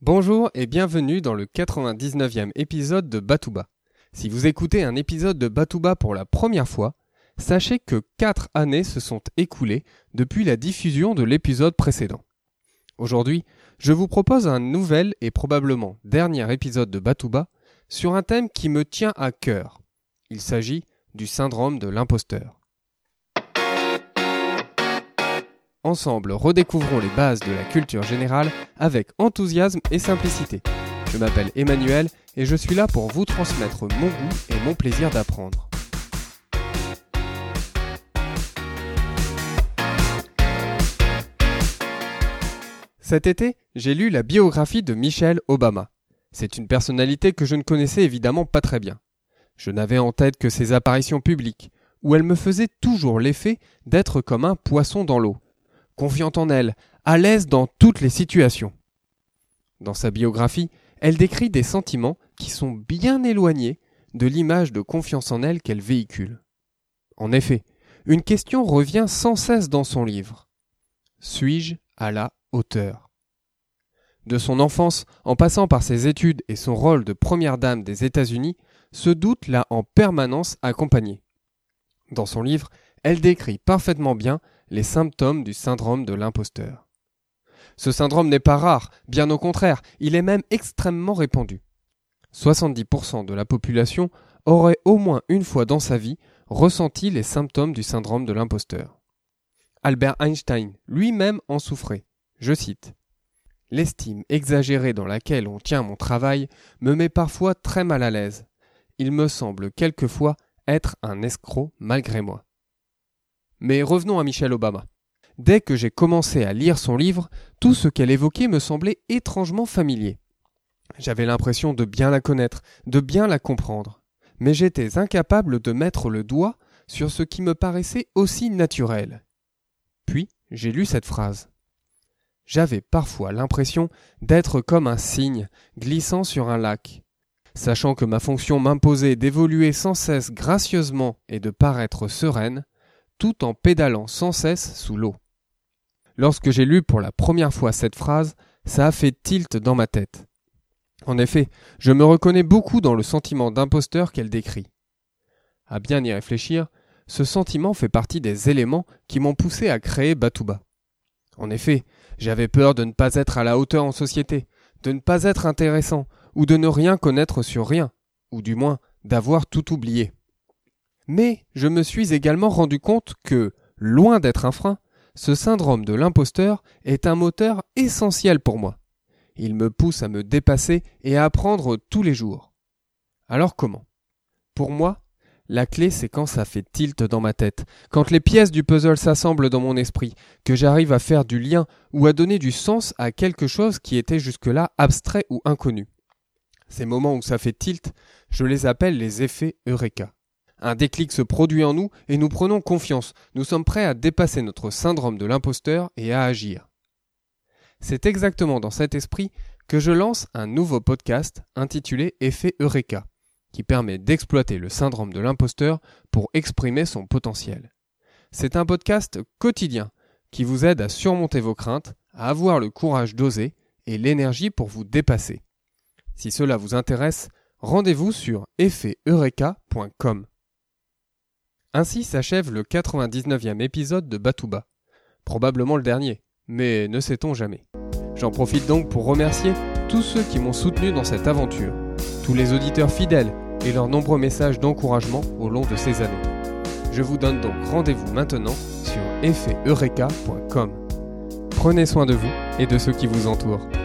Bonjour et bienvenue dans le 99e épisode de Batouba. Si vous écoutez un épisode de Batouba pour la première fois, sachez que 4 années se sont écoulées depuis la diffusion de l'épisode précédent. Aujourd'hui, je vous propose un nouvel et probablement dernier épisode de Batouba sur un thème qui me tient à cœur. Il s'agit du syndrome de l'imposteur. Ensemble, redécouvrons les bases de la culture générale avec enthousiasme et simplicité. Je m'appelle Emmanuel et je suis là pour vous transmettre mon goût et mon plaisir d'apprendre. Cet été, j'ai lu la biographie de Michelle Obama. C'est une personnalité que je ne connaissais évidemment pas très bien. Je n'avais en tête que ses apparitions publiques, où elle me faisait toujours l'effet d'être comme un poisson dans l'eau. Confiante en elle, à l'aise dans toutes les situations. Dans sa biographie, elle décrit des sentiments qui sont bien éloignés de l'image de confiance en elle qu'elle véhicule. En effet, une question revient sans cesse dans son livre. Suis-je à la hauteur ? De son enfance, en passant par ses études et son rôle de première dame des États-Unis, ce doute l'a en permanence accompagnée. Dans son livre, elle décrit parfaitement bien les symptômes du syndrome de l'imposteur. Ce syndrome n'est pas rare, bien au contraire, il est même extrêmement répandu. 70% de la population aurait au moins une fois dans sa vie ressenti les symptômes du syndrome de l'imposteur. Albert Einstein lui-même en souffrait. Je cite : « L'estime exagérée dans laquelle on tient mon travail me met parfois très mal à l'aise. Il me semble quelquefois être un escroc malgré moi. » Mais revenons à Michelle Obama. Dès que j'ai commencé à lire son livre, tout ce qu'elle évoquait me semblait étrangement familier. J'avais l'impression de bien la connaître, de bien la comprendre. Mais j'étais incapable de mettre le doigt sur ce qui me paraissait aussi naturel. Puis, j'ai lu cette phrase. J'avais parfois l'impression d'être comme un cygne glissant sur un lac. Sachant que ma fonction m'imposait d'évoluer sans cesse gracieusement et de paraître sereine, tout en pédalant sans cesse sous l'eau. Lorsque j'ai lu pour la première fois cette phrase, ça a fait tilt dans ma tête. En effet, je me reconnais beaucoup dans le sentiment d'imposteur qu'elle décrit. À bien y réfléchir, ce sentiment fait partie des éléments qui m'ont poussé à créer Batouba. En effet, j'avais peur de ne pas être à la hauteur en société, de ne pas être intéressant, ou de ne rien connaître sur rien, ou du moins d'avoir tout oublié. Mais je me suis également rendu compte que, loin d'être un frein, ce syndrome de l'imposteur est un moteur essentiel pour moi. Il me pousse à me dépasser et à apprendre tous les jours. Alors comment ? Pour moi, la clé c'est quand ça fait tilt dans ma tête, quand les pièces du puzzle s'assemblent dans mon esprit, que j'arrive à faire du lien ou à donner du sens à quelque chose qui était jusque-là abstrait ou inconnu. Ces moments où ça fait tilt, je les appelle les effets Eureka. Un déclic se produit en nous et nous prenons confiance. Nous sommes prêts à dépasser notre syndrome de l'imposteur et à agir. C'est exactement dans cet esprit que je lance un nouveau podcast intitulé Effet Eureka, qui permet d'exploiter le syndrome de l'imposteur pour exprimer son potentiel. C'est un podcast quotidien qui vous aide à surmonter vos craintes, à avoir le courage d'oser et l'énergie pour vous dépasser. Si cela vous intéresse, rendez-vous sur effeteureka.com. Ainsi s'achève le 99e épisode de Batouba. Probablement le dernier, mais ne sait-on jamais. J'en profite donc pour remercier tous ceux qui m'ont soutenu dans cette aventure, tous les auditeurs fidèles et leurs nombreux messages d'encouragement au long de ces années. Je vous donne donc rendez-vous maintenant sur effeteureka.com. Prenez soin de vous et de ceux qui vous entourent.